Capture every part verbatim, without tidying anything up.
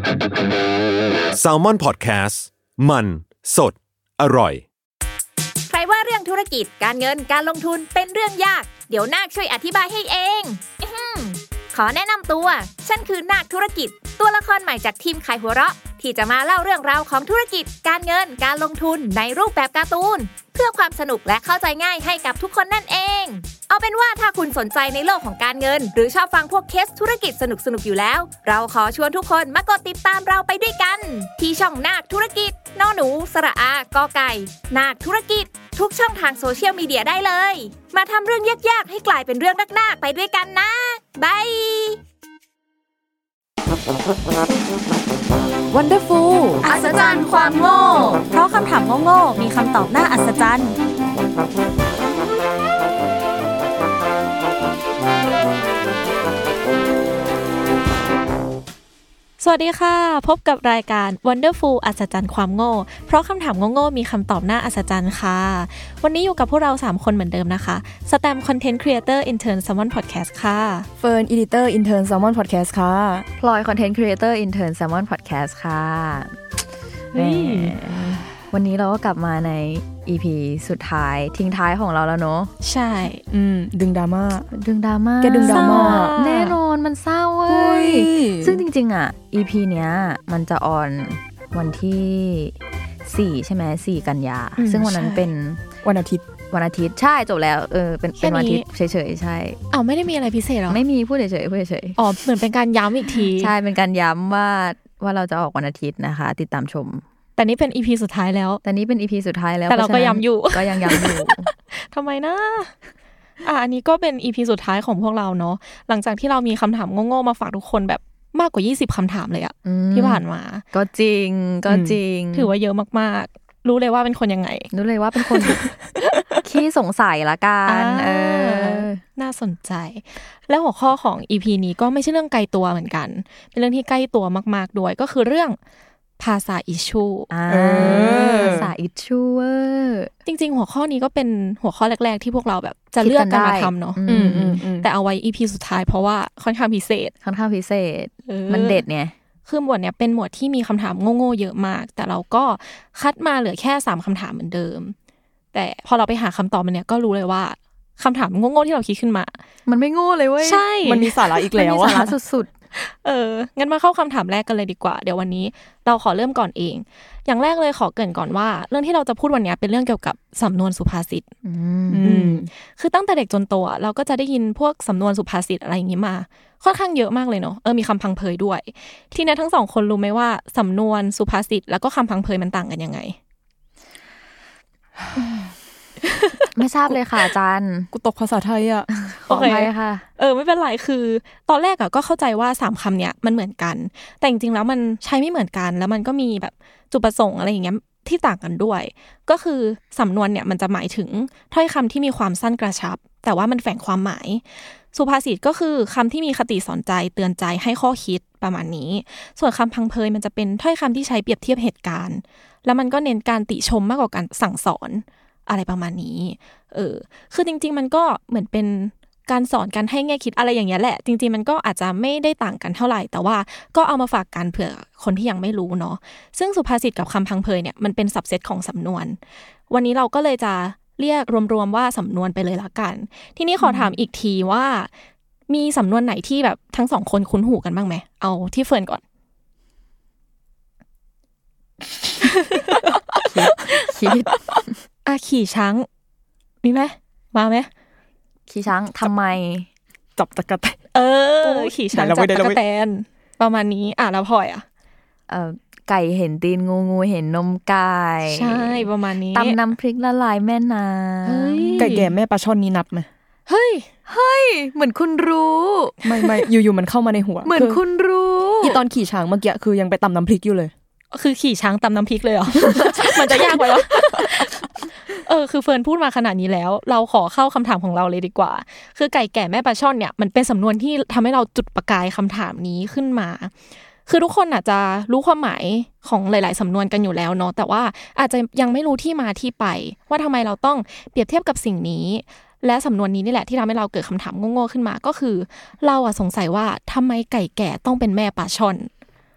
Salmon Podcast มันสดอร่อยใครว่าเรื่องธุรกิจการเงินการลงทุนเป็นเรื่องยากเดี๋ยวนาคช่วยอธิบายให้เองขอแนะนำตัวฉันคือนาคธุรกิจตัวละครใหม่จากทีมขายหัวเราะที่จะมาเล่าเรื่องราวของธุรกิจการเงินการลงทุนในรูปแบบการ์ตูนเพื่อความสนุกและเข้าใจง่ายให้กับทุกคนนั่นเองเอาเป็นว่าถ้าคุณสนใจในโลกของการเงินหรือชอบฟังพวกเคสธุรกิจสนุกๆอยู่แล้วเราขอชวนทุกคนมากดติดตามเราไปด้วยกันที่ช่องนาคธุรกิจนอหนูสระอากอไก่นาคธุรกิจทุกช่องทางโซเชียลมีเดียได้เลยมาทำเรื่องยากๆให้กลายเป็นเรื่องน่าๆไปด้วยกันนะบาย Wonderful อัศจรรย์ความโง่เพราะคำถามโง่ๆมีคำตอบน่าอัศจรรย์สวัสดีค่ะพบกับรายการ Wonderful อัศจรรย์ความโง่เพราะคำถามโง่ๆมีคำตอบน่าอัศจรรย์ค่ะวันนี้อยู่กับพวกเราสามคนเหมือนเดิมนะคะสแตมป์ Content Creator Intern Salmon Podcast ค่ะเฟิร์น Editor Intern Salmon Podcast ค่ะพลอย Content Creator Intern Salmon Podcast ค่ะวันนี้เราก็กลับมาใน อี พี สุดท้ายทิ้งท้ายของเราแล้วเนาะใช่อืมดึงดราม่าดึงดราม่าแกดึงดราม่าแน่นอนมันเศร้าเว้ยซึ่งจริงๆอ่ะ อี พี เนี้ยมันจะออนวันที่สี่ใช่ไหมสี่กันยาซึ่งวันนั้นเป็นวันอาทิตย์วันอาทิตย์ใช่จบแล้วเออเป็นเป็นวันอาทิตย์เฉยๆใช่อ้าวไม่ได้มีอะไรพิเศษหรอไม่มีพูดเฉยๆพูดเฉยๆอ๋อเหมือนเป็นการย้ำอีกทีใช่เป็นการย้ำว่าว่าเราจะออกวันอาทิตย์นะคะติดตามชมแต่นี่เป็น อี พี สุดท้ายแล้วแต่นี้เป็น อี พี สุดท้ายแล้วแต่เราก็ย้ำอยู่ก็ยังย้ำอยู่ทำไมนะอ่ะอันนี้ก็เป็น อี พี สุดท้ายของพวกเราเนาะหลังจากที่เรามีคำถามโง่ๆมาฝากทุกคนแบบมากกว่ายี่สิบคำถามเลยอะที่ผ่านมาก็จริงก็จริงถือว่าเยอะมากๆรู้เลยว่าเป็นคนยังไงรู้เลยว่าเป็นคน ขี้สงสัยละกันเออน่าสนใจและหัวข้อของ อี พี นี้ก็ไม่ใช่เรื่องไกลตัวเหมือนกันเป็นเรื่องที่ใกล้ตัวมากๆด้วยก็คือเรื่องภาษาอิชชูภาษาอิชชูจริงๆหัวข้อนี้ก็เป็นหัวข้อแรกๆที่พวกเราแบบจะเลือกกันมาทำเนาะแต่เอาไว้ อี พี สุดท้ายเพราะว่าค่อนข้างพิเศษค่อนข้างพิเศษมันเด็ดเนี่ยคือหมวดเนี้ยเป็นหมวดที่มีคำถามโง่ๆเยอะมากแต่เราก็คัดมาเหลือแค่สามคำถามเหมือนเดิมแต่พอเราไปหาคำตอบมันเนี้ยก็รู้เลยว่าคำถามโง่ๆที่เราคิดขึ้นมามันไม่โง่เลยเว้ยใช่มันมีสาระอีกแล้วมันมีสาระสุดเอองั้นมาเข้าคำถามแรกกันเลยดีกว่าเดี๋ยววันนี้เราขอเริ่มก่อนเองอย่างแรกเลยขอเกริ่นก่อนว่าเรื่องที่เราจะพูดวันนี้เป็นเรื่องเกี่ยวกับสำนวนสุภาษิตคือตั้งแต่เด็กจนโตเราก็จะได้ยินพวกสำนวนสุภาษิตอะไรอย่างนี้มาค่อนข้างเยอะมากเลยเนาะเออมีคำพังเพยด้วยทีนี้ทั้งสองคนรู้ไหมว่าสำนวนสุภาษิตแล้วก็คำพังเพยมันต่างกันยังไงไม่ทราบเลยค่ะอาจารย์กูตกภาษาไทยอ่ะขออภัยค่ะเออไม่เป็นไรคือตอนแรกอ่ะก็เข้าใจว่าสามคำเนี้ยมันเหมือนกันแต่จริงๆแล้วมันใช้ไม่เหมือนกันแล้วมันก็มีแบบจุดประสงค์อะไรอย่างเงี้ยที่ต่างกันด้วยก็คือสำนวนเนี่ยมันจะหมายถึงถ้อยคำที่มีความสั้นกระชับแต่ว่ามันแฝงความหมายสุภาษิตก็คือคำที่มีคติสอนใจเตือนใจให้ข้อคิดประมาณนี้ส่วนคำพังเพยมันจะเป็นถ้อยคำที่ใช้เปรียบเทียบเหตุการณ์แล้วมันก็เน้นการติชมมากกว่าการสั่งสอนอะไรประมาณนี้เออคือจริงๆมันก็เหมือนเป็นการสอนการให้แง่คิดอะไรอย่างเงี้ยแหละจริงๆมันก็อาจจะไม่ได้ต่างกันเท่าไหร่แต่ว่าก็เอามาฝากกันเผื่อคนที่ยังไม่รู้เนาะซึ่งสุภาษิตกับคำพังเพยเนี่ยมันเป็นสับเซตของสำนวนวันนี้เราก็เลยจะเรียกรวมๆว่าสำนวนไปเลยละกันทีนี้ขอถามอีกทีว่ามีสำนวนไหนที่แบบทั้งสองคนคุ้นหูกันบ้างไหมเอาที่เฟิร์นก่อนคิดอ่ะขี่ช้างมีไหมมาไหมขี่ช้างทำไมจับตะกะแตนเออขี่ช้างจับตะกะแตนประมาณนี้อ่ะแล้วพลอยอ่ะเออไก่เห็นตีนงูงูเห็นนมไก่ใช่ประมาณนี้ตำน้ำพริกละลายแม่น้ำไก่แก่แม่ปลาช่อนนี้นับไหมเฮ้ยเฮ้ยเหมือนคุณรู้ไม่ไม่อยู่ๆมันเข้ามาในหัวเหมือนคุณรู้อีตอนขี่ช้างเมื่อกี้คือยังไปตำน้ำพริกอยู่เลยคือขี่ช้างตำน้ำพริกเลยเหรอ มันจะยากไปวะเออคือเฟิร์นพูดมาขนาดนี้แล้วเราขอเข้าคำถามของเราเลยดีกว่าคือไก่แก่แม่ปลาช่อนเนี่ยมันเป็นสำนวนที่ทำให้เราจุดประกายคำถามนี้ขึ้นมาคือทุกคนอาจจะรู้ความหมายของหลายๆสำนวนกันอยู่แล้วเนาะแต่ว่าอาจจะยังไม่รู้ที่มาที่ไปว่าทำไมเราต้องเปรียบเทียบกับสิ่งนี้และสำนวนนี้นี่แหละที่ทำให้เราเกิดคำถามโง่ๆขึ้นมาก็คือเราอะสงสัยว่าทำไมไก่แก่ต้องเป็นแม่ปลาช่อน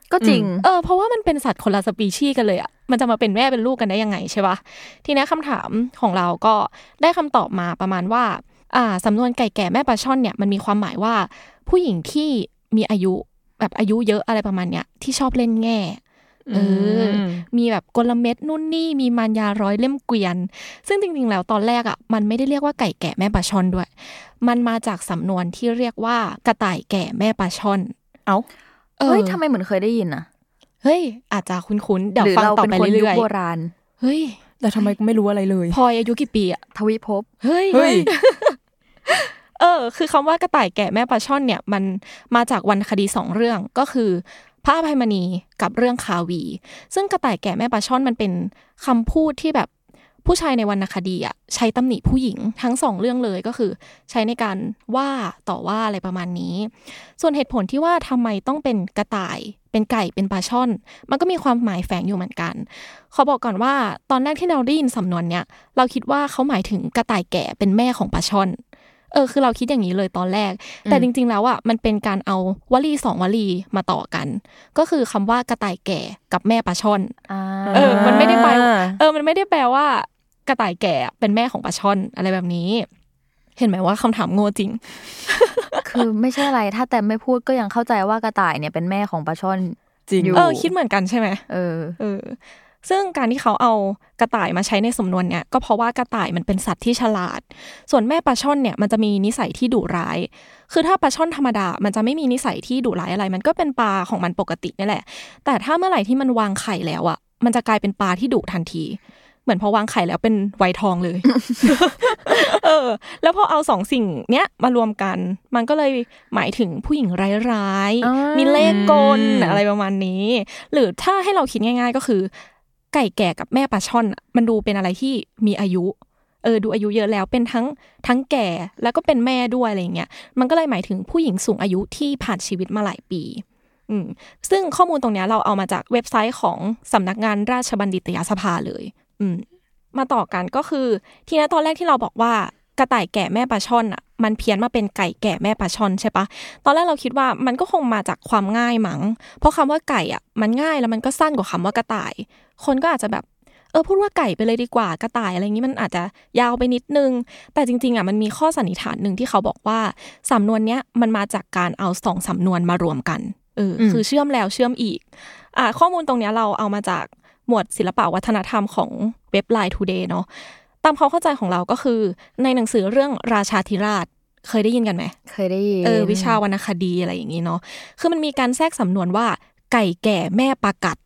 ก็จริงเออเพราะว่ามันเป็นสัตว์คนละสปีชีส์กันเลยอ่ะมันจะมาเป็นแม่เป็นลูกกันได้ยังไงใช่ปะทีนี้คำถามของเราก็ได้คำตอบมาประมาณว่าอ่าสำนวนไก่แก่แม่ปลาช่อนเนี่ยมันมีความหมายว่าผู้หญิงที่มีอายุแบบอายุเยอะอะไรประมาณเนี้ยที่ชอบเล่นแง่เออมีแบบกลเม็ดนู่นนี่มีมารยาร้อยเล่มเกวียนซึ่งจริงๆแล้วตอนแรกอ่ะมันไม่ได้เรียกว่าไก่แก่แม่ปลาช่อนด้วยมันมาจากสำนวนที่เรียกว่ากระต่ายแก่แม่ปลาช่อนเอ้าเฮ้ยทำไมเหมือนเคยได้ยินอ่ะเฮ้ยอาจจะคุ้นๆเดี๋ยวฟังต่อไปเรื่อยๆโบราณเฮ้ยแต่ทำไมไม่รู้อะไรเลยพลอยอายุกี่ปีอ่ะทวิภพเฮ้ยเฮ้ยเออคือคำว่ากระต่ายแก่แม่ปลาช่อนเนี่ยมันมาจากวรรณคดีสองเรื่องก็คือพระอภัยมณีกับเรื่องคาวีซึ่งกระต่ายแก่แม่ปลาช่อนมันเป็นคำพูดที่แบบผู้ชายในวรรณคดีอ่ะใช้ตำหนิผู้หญิงทั้งสองเรื่องเลยก็คือใช้ในการว่าต่อว่าอะไรประมาณนี้ส่วนเหตุผลที่ว่าทำไมต้องเป็นกระต่ายเป็นไก่เป็นปลาช่อนมันก็มีความหมายแฝงอยู่เหมือนกันขอบอกก่อนว่าตอนแรกที่เราได้ยินสำนวนเนี้ยเราคิดว่าเขาหมายถึงกระต่ายแก่เป็นแม่ของปลาช่อนเออคือเราคิดอย่างนี้เลยตอนแรกแต่จริงๆแล้วอ่ะมันเป็นการเอาวลีสองวลีมาต่อกันก็คือคำว่ากระต่ายแก่กับแม่ปลาช่อนเออมันไม่ได้แปลเออมันไม่ได้แปลว่ากระต่ายแก่เป็นแม่ของปลาช่อนอะไรแบบนี้เห็นไหมว่าคำถามโง่จริงคือไม่ใช่อะไรถ้าแต่ไม่พูดก็ยังเข้าใจว่ากระต่ายเนี่ยเป็นแม่ของปลาช่อนจริงเออคิดเหมือนกันใช่ไหมเออเออซึ่งการที่เขาเอากระต่ายมาใช้ในสำนวนเนี่ยก็เพราะว่ากระต่ายมันเป็นสัตว์ที่ฉลาดส่วนแม่ปลาช่อนเนี่ยมันจะมีนิสัยที่ดุร้ายคือถ้าปลาช่อนธรรมดามันจะไม่มีนิสัยที่ดุร้ายอะไรมันก็เป็นปลาของมันปกตินี่แหละแต่ถ้าเมื่อไหร่ที่มันวางไข่แล้วอ่ะมันจะกลายเป็นปลาที่ดุทันทีเหมือนพอวางไข่แล้วเป็นไวทองเลย เออแล้วพอเอาสองสิ่งเนี้ยมารวมกันมันก็เลยหมายถึงผู้หญิงร้ายๆมีเล่ห์กลอะไรประมาณนี้หรือถ้าให้เราคิดง่ายๆก็คือไก่แก่กับแม่ปลาช่อนมันดูเป็นอะไรที่มีอายุเออดูอายุเยอะแล้วเป็นทั้งทั้งแก่แล้วก็เป็นแม่ด้วยอะไรอย่างเงี้ยมันก็เลยหมายถึงผู้หญิงสูงอายุที่ผ่านชีวิตมาหลายปีอืมซึ่งข้อมูลตรงนี้เราเอามาจากเว็บไซต์ของสำนักงานราชบัณฑิตยสภาเลยอืมมาต่อกันก็คือทีนี้ตอนแรกที่เราบอกว่ากระต่ายแก่แม่ปลาช่อนอ่ะมันเพี้ยนมาเป็นไก่แก่แม่ปลาช่อนใช่ปะตอนแรกเราคิดว่ามันก็คงมาจากความง่ายมั้งเพราะคำว่าไก่อ่ะมันง่ายแล้วมันก็สั้นกว่าคำว่ากระต่ายคนก็อาจจะแบบเออพูดว่าไก่ไปเลยดีกว่ากระต่ายอะไรอย่างนี้มันอาจจะยาวไปนิดนึงแต่จริงๆอ่ะมันมีข้อสันนิษฐานนึงที่เขาบอกว่าสำนวนเนี้ยมันมาจากการเอาสองสำนวนมารวมกันเออคือเชื่อมแล้วเชื่อมอีกอ่าข้อมูลตรงเนี้ยเราเอามาจากหมวดศิลปวัฒนธรรมของเว็บ ไลน์ Today เนาะตามความเข้าใจของเราก็คือในหนังสือเรื่องราชาธิราชเคยได้ยินกันไหมเคยได้ยินเออวิชาวรรณคดีอะไรอย่างงี้เนาะคือมันมีการแทรกสำนวนว่าไก่แก่แม่ปลากัด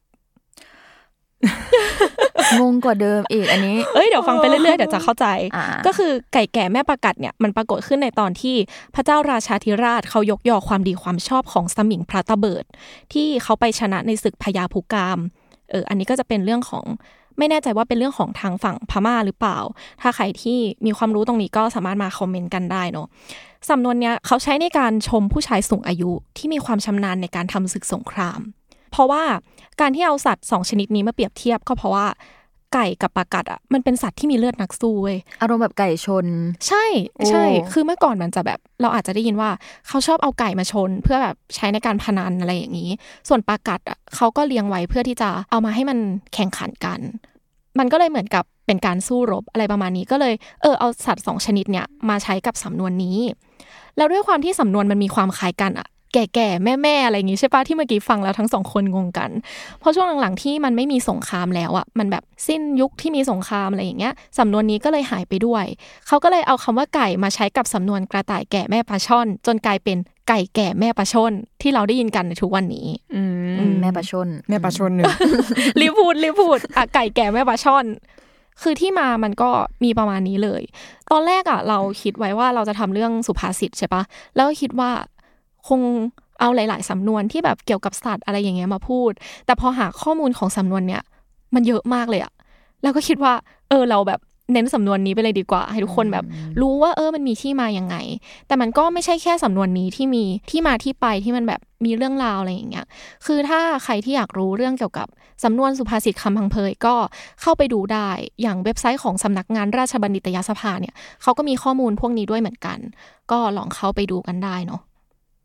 งงกว่าเดิมอีกอันนี้เอ้ยเดี๋ยวฟังไปเรื่อยๆเดี๋ยวจะเข้าใจก็คือไก่แก่แม่ปลากัดเนี่ยมันปรากฏขึ้นในตอนที่พระเจ้าราชาธิราชเขายกย่อความดีความชอบของสมิงพระตะเบิดที่เขาไปชนะในศึกพญาภูกามเอออันนี้ก็จะเป็นเรื่องของไม่แน่ใจว่าเป็นเรื่องของทางฝั่งพม่าหรือเปล่าถ้าใครที่มีความรู้ตรงนี้ก็สามารถมาคอมเมนต์กันได้เนาะสำนวนเนี้ยเขาใช้ในการชมผู้ชายสูงอายุที่มีความชำนาญในการทำศึกสงครามเพราะว่าการที่เอาสัตว์สองชนิดนี้มาเปรียบเทียบก็เพราะว่าไก่กับปลากัดอ่ะมันเป็นสัตว์ที่มีเลือดนักสู้เว้ยอารมณ์แบบไก่ชนใช่ใช่คือเมื่อก่อนมันจะแบบเราอาจจะได้ยินว่าเขาชอบเอาไก่มาชนเพื่อแบบใช้ในการพนันอะไรอย่างนี้ส่วนปลากัดอ่ะเขาก็เลี้ยงไว้เพื่อที่จะเอามาให้มันแข่งขันกันมันก็เลยเหมือนกับเป็นการสู้รบอะไรประมาณนี้ก็เลยเออเอาสัตว์สองชนิดเนี้ยมาใช้กับสำนวนนี้แล้วด้วยความที่สำนวนมันมีความคล้ายกันอ่ะแก่ๆแม่ๆอะไรอย่างงี้ใช่ปะที่เมื่อกี้ฟังแล้วทั้งสองคนงงกันเพราะช่วงหลังๆที่มันไม่มีสงครามแล้วอ่ะมันแบบสิ้นยุคที่มีสงครามอะไรอย่างเงี้ยสำนวนนี้ก็เลยหายไปด้วยเขาก็เลยเอาคำว่าไก่มาใช้กับสำนวนกระต่ายแก่แม่ปลาช่อนจนกลายเป็นไก่แก่แม่ปลาช่อนที่เราได้ยินกันในทุกวันนี้อืมแม่ปลาช่อนแม่ปลาช่อนนึงรีบพูดรีบพูดอ่ะไก่แก่แม่ปลาช่อนคือที่มามันก็มีประมาณนี้เลยตอนแรกอ่ะเราคิดไว้ว่าเราจะทำเรื่องสุภาษิตใช่ปะแล้วก็คิดว่าคงเอาหลายๆสำนวนที่แบบเกี่ยวกับสัตว์อะไรอย่างเงี้ยมาพูดแต่พอหาข้อมูลของสำนวนเนี้ยมันเยอะมากเลยอะแล้วก็คิดว่าเออเราแบบเน้นสำนวนนี้ไปเลยดีกว่าให้ทุกคนแบบรู้ว่าเออมันมีที่มายังไงแต่มันก็ไม่ใช่แค่สำนวนนี้ที่มีที่มาที่ไปที่มันแบบมีเรื่องราวอะไรอย่างเงี้ยคือถ้าใครที่อยากรู้เรื่องเกี่ยวกับสำนวนสุภาษิตคำพังเพยก็เข้าไปดูได้อย่างเว็บไซต์ของสำนักงานราชบัณฑิตยสภาเนี่ยเขาก็มีข้อมูลพวกนี้ด้วยเหมือนกันก็ลองเข้าไปดูกันได้เนาะ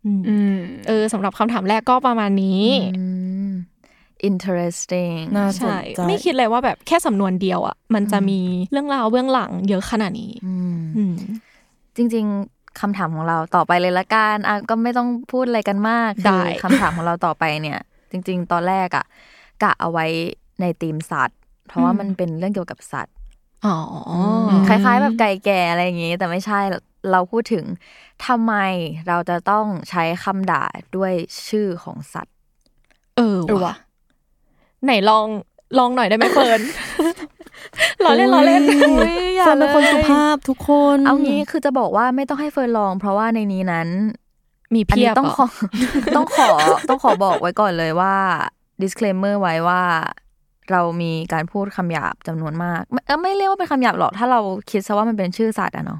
อืมเออสำหรับคำถามแรกก็ประมาณนี้ interesting น่าสนใช่ใจไม่คิดเลยว่าแบบแค่สำนวนเดียวอ่ะมันจะมีเรื่องราวเบื้องหลังเยอะขนาดนี้อืมจริงๆคำถามของเราต่อไปเลยละกันอ่ะก็ไม่ต้องพูดอะไรกันมากคือคำถามของเราต่อไปเนี่ยจริงๆตอนแรกอ่ะกะเอาไว้ในธีมสัตว์เพราะว่ามันเป็นเรื่องเกี่ยวกับสัตว์อ๋อคล้ายๆแบบไก่แก่อะไรอย่างงี้แต่ไม่ใช่เราพูดถึงทำไมเราจะต้องใช้คำด่าด้วยชื่อของสัตว์เออว่ะไหนลองลองหน่อยได้ไหมเฟิร์นล้อเล่นล้อเล่นเฟิร์นเป็นคนสุภาพทุกคนเอางี้คือจะบอกว่าไม่ต้องให้เฟิร์นลองเพราะว่าในนี้นั้นมีเพียบต้องขอต้องขอต้องขอบอกไว้ก่อนเลยว่า disclaimer ไว้ว่าเรามีการพูดคำหยาบจำนวนมากเออไม่เรียกว่าเป็นคำหยาบหรอกถ้าเราคิดซะว่ามันเป็นชื่อสัตว์อะเนาะ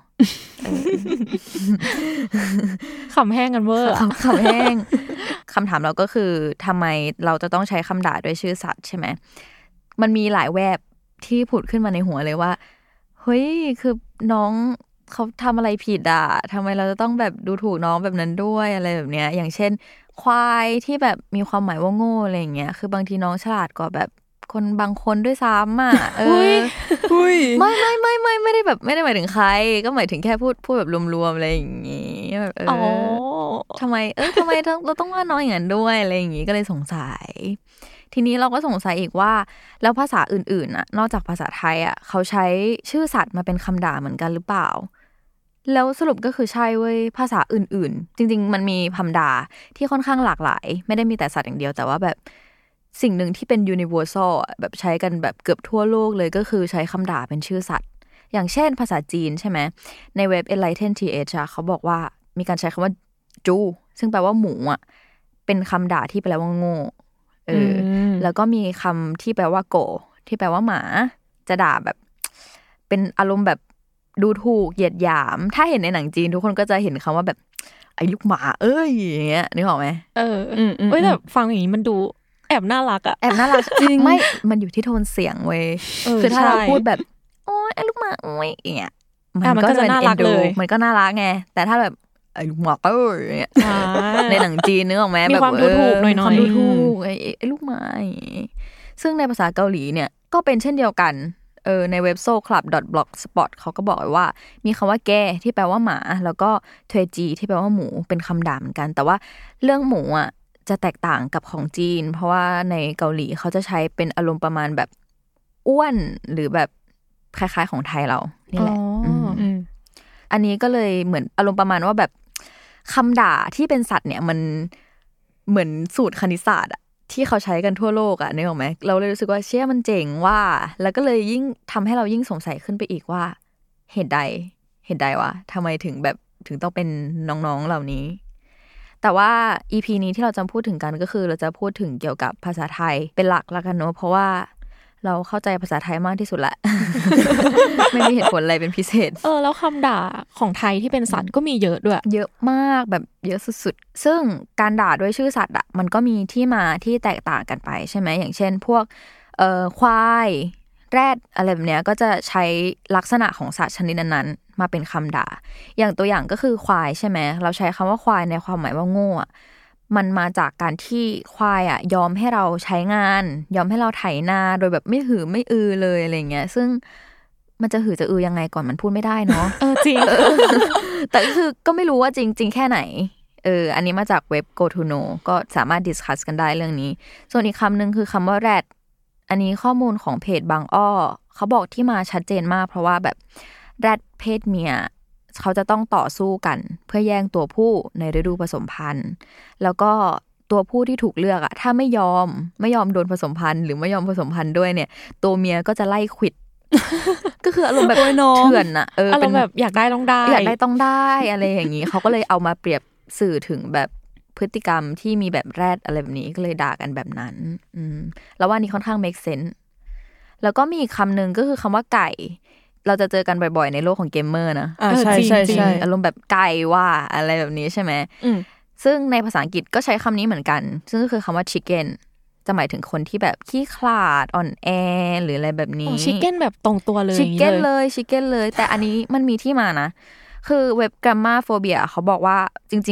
คำแห้งกันเวอร์คำแห้งคำถามเราก็คือทำไมเราจะต้องใช้คำด่าด้วยชื่อสัตว์ใช่ไหมมันมีหลายแวบที่ผุดขึ้นมาในหัวเลยว่าเฮ้ยคือน้องเขาทำอะไรผิดอ่ะทำไมเราจะต้องแบบดูถูกน้องแบบนั้นด้วยอะไรแบบเนี้ยอย่างเช่นควายที่แบบมีความหมายว่าโง่อะไรอย่างเงี้ยคือบางทีน้องฉลาดกว่าแบบคนบางคนด้วยซ้ำอ่ะเออไม่ไม่ไม่ไม่ไม่ได้แบบไม่ได้หมายถึงใครก็หมายถึงแค่พูดพูดแบบรวมๆอะไรอย่างงี้แบบเออทำไมเออทำไมเราต้องว่าน้องอย่างนั้นด้วยอะไรอย่างงี้ก็เลยสงสัยทีนี้เราก็สงสัยอีกว่าแล้วภาษาอื่นๆน่ะนอกจากภาษาไทยอ่ะเขาใช้ชื่อสัตว์มาเป็นคำด่าเหมือนกันหรือเปล่าแล้วสรุปก็คือใช่เว้ยภาษาอื่นๆจริงๆมันมีคำด่าที่ค่อนข้างหลากหลายไม่ได้มีแต่สัตว์อย่างเดียวแต่ว่าแบบสิ่งหนึ่งที่เป็น universal แบบใช้กันแบบเกือบทั่วโลกเลยก็คือใช้คำด่าเป็นชื่อสัตว์อย่างเช่นภาษาจีนใช่ไหมในเว็บ enlighten ที เอช อ่ะเขาบอกว่ามีการใช้คำว่าจูซึ่งแปลว่าหมูอ่ะเป็นคำด่าที่แปลว่าโง่เออแล้วก็มีคำที่แปลว่าโกที่แปลว่าหมาจะด่าแบบเป็นอารมณ์แบบดูถูกเหยียดหยามถ้าเห็นในหนังจีนทุกคนก็จะเห็นคำว่าแบบไอ้ลูกหมาเอ้ยอย่างเงี้ยนึกออกไหมเออเอ้ยแต่ฟังอย่างนี้มันดูแอบน่ารักอะแอบน่ารักจริงไม่มันอยู่ที่โทนเสียงเว้ยคือถ้าเราพูดแบบโอ้ยไอ้ลูกหมาโอ้ยอย่างเงี้ยมันก็จะน่ารักเลยมันก็น่ารักไงแต่ถ้าแบบไอ้ลูกหมาเอ้ยอย่างเงี้ยในหนังจีนนึกออกไหมมีความดูถูกหน่อยๆความดูถูกไอ้ไอ้ลูกหมาซึ่งในภาษาเกาหลีเนี่ยก็เป็นเช่นเดียวกันเออในเว็บ โซคลับ ดอท บล็อกสปอต เขาก็บอกไว้ว่ามีคำว่าแกที่แปลว่าหมาแล้วก็เทจีที่แปลว่าหมูเป็นคำด่าเหมือนกันแต่ว่าเรื่องหมูอ่ะจะแตกต่างกับของจีนเพราะว่าในเกาหลีเขาจะใช้เป็นอารมณ์ประมาณแบบอ้วนหรือแบบคล้ายๆของไทยเรานี่แหละอันนี้ก็เลยเหมือนอารมณ์ประมาณว่าแบบคำด่าที่เป็นสัตว์เนี่ยมันเหมือนสูตรคณิตศาสตร์อะที่เขาใช้กันทั่วโลกอะนึกออกไหมเราเลยรู้สึกว่าเชี่ยมันเจ๋งว่าแล้วก็เลยยิ่งทำให้เรายิ่งสงสัยขึ้นไปอีกว่าเหตุใดเหตุใดวะทำไมถึงแบบถึงต้องเป็นน้องๆเหล่านี้แต่ว่า อี พี นี้ที่เราจะพูดถึงกันก็คือเราจะพูดถึงเกี่ยวกับภาษาไทยเป็นหลักละกันเนอะเพราะว่าเราเข้าใจภาษาไทยมากที่สุดละ ไม่มีเหตุผลอะไรเป็นพิเศษเออแล้วคำด่าของไทยที่เป็นสัตว์ก็มีเยอะด้วยเยอะมากแบบเยอะสุดๆซึ่งการด่าด้วยชื่อสัตว์อ่ะมันก็มีที่มาที่แตกต่างกันไปใช่ไหมอย่างเช่นพวกเอ่อควายแรดอะไรแบบเนี้ยก็จะใช้ลักษณะของสัตว์ชนิดนั้นๆมาเป็นคำด่าอย่างตัวอย่างก็คือควายใช่ไหมเราใช้คำว่าควายในความหมายว่าโง่มันมาจากการที่ควายอ่ะยอมให้เราใช้งานยอมให้เราไถนาโดยแบบไม่หือไม่อือเลยอะไรเงี้ยซึ่งมันจะหือจะอือยังไงก่อนมันพูดไม่ได้เนาะเออจริงแต่คือก็ไม่รู้ว่าจริงจริงแค่ไหนเอออันนี้มาจากเว็บ go to know ก็สามารถดิสคัสกันได้เรื่องนี้ส่วนอีกคำหนึ่งคือคำว่าแรดอันนี้ข้อมูลของเพจบางอ้อเขาบอกที่มาชัดเจนมากเพราะว่าแบบแรดเพศเมียเขาจะต้องต่อสู้กันเพื่อแย่งตัวผู้ในฤดูผสมพันธุ์แล้วก็ตัวผู้ที่ถูกเลือกอะถ้าไม่ยอมไม่ยอมโดนผสมพันธุ์หรือไม่ยอมผสมพันธุ์ด้วยเนี่ยตัวเมียก็จะไล่ขวิด ก็คืออารมณ์แบบเถื่อนอะเออเป็นแบบอยากได้ต้องได้อยากได้ต้องได้อะไรอย่างนี้เขาก็เลยเอามาเปรียบสื่อถึงแบบพฤติกรรมที่มีแบบแรดอะไรแบบนี้ก็เลยด่ากันแบบนั้นอืมแล้วว่านี้ค่อนข้าง make sense แล้วก็มีอีกคำหนึ่งก็คือคำว่าไก่เราจะเจอกันบ่อยๆในโลกของเกมเมอร์นะอ่าใช่ใช่ใช่อารมณ์แบบไก่ว่าอะไรแบบนี้ใช่ไหมซึ่งในภาษาอังกฤษก็ใช้คำนี้เหมือนกันซึ่งก็คือคำว่า chicken จะหมายถึงคนที่แบบขี้ขลาดอ่อนแอหรืออะไรแบบนี้ chicken แบบตรงตัวเลย chicken เลย chicken เลยแต่อันนี้มันมีที่มานะคือเว็บ Grammarphobia เขาบอกว่าจริง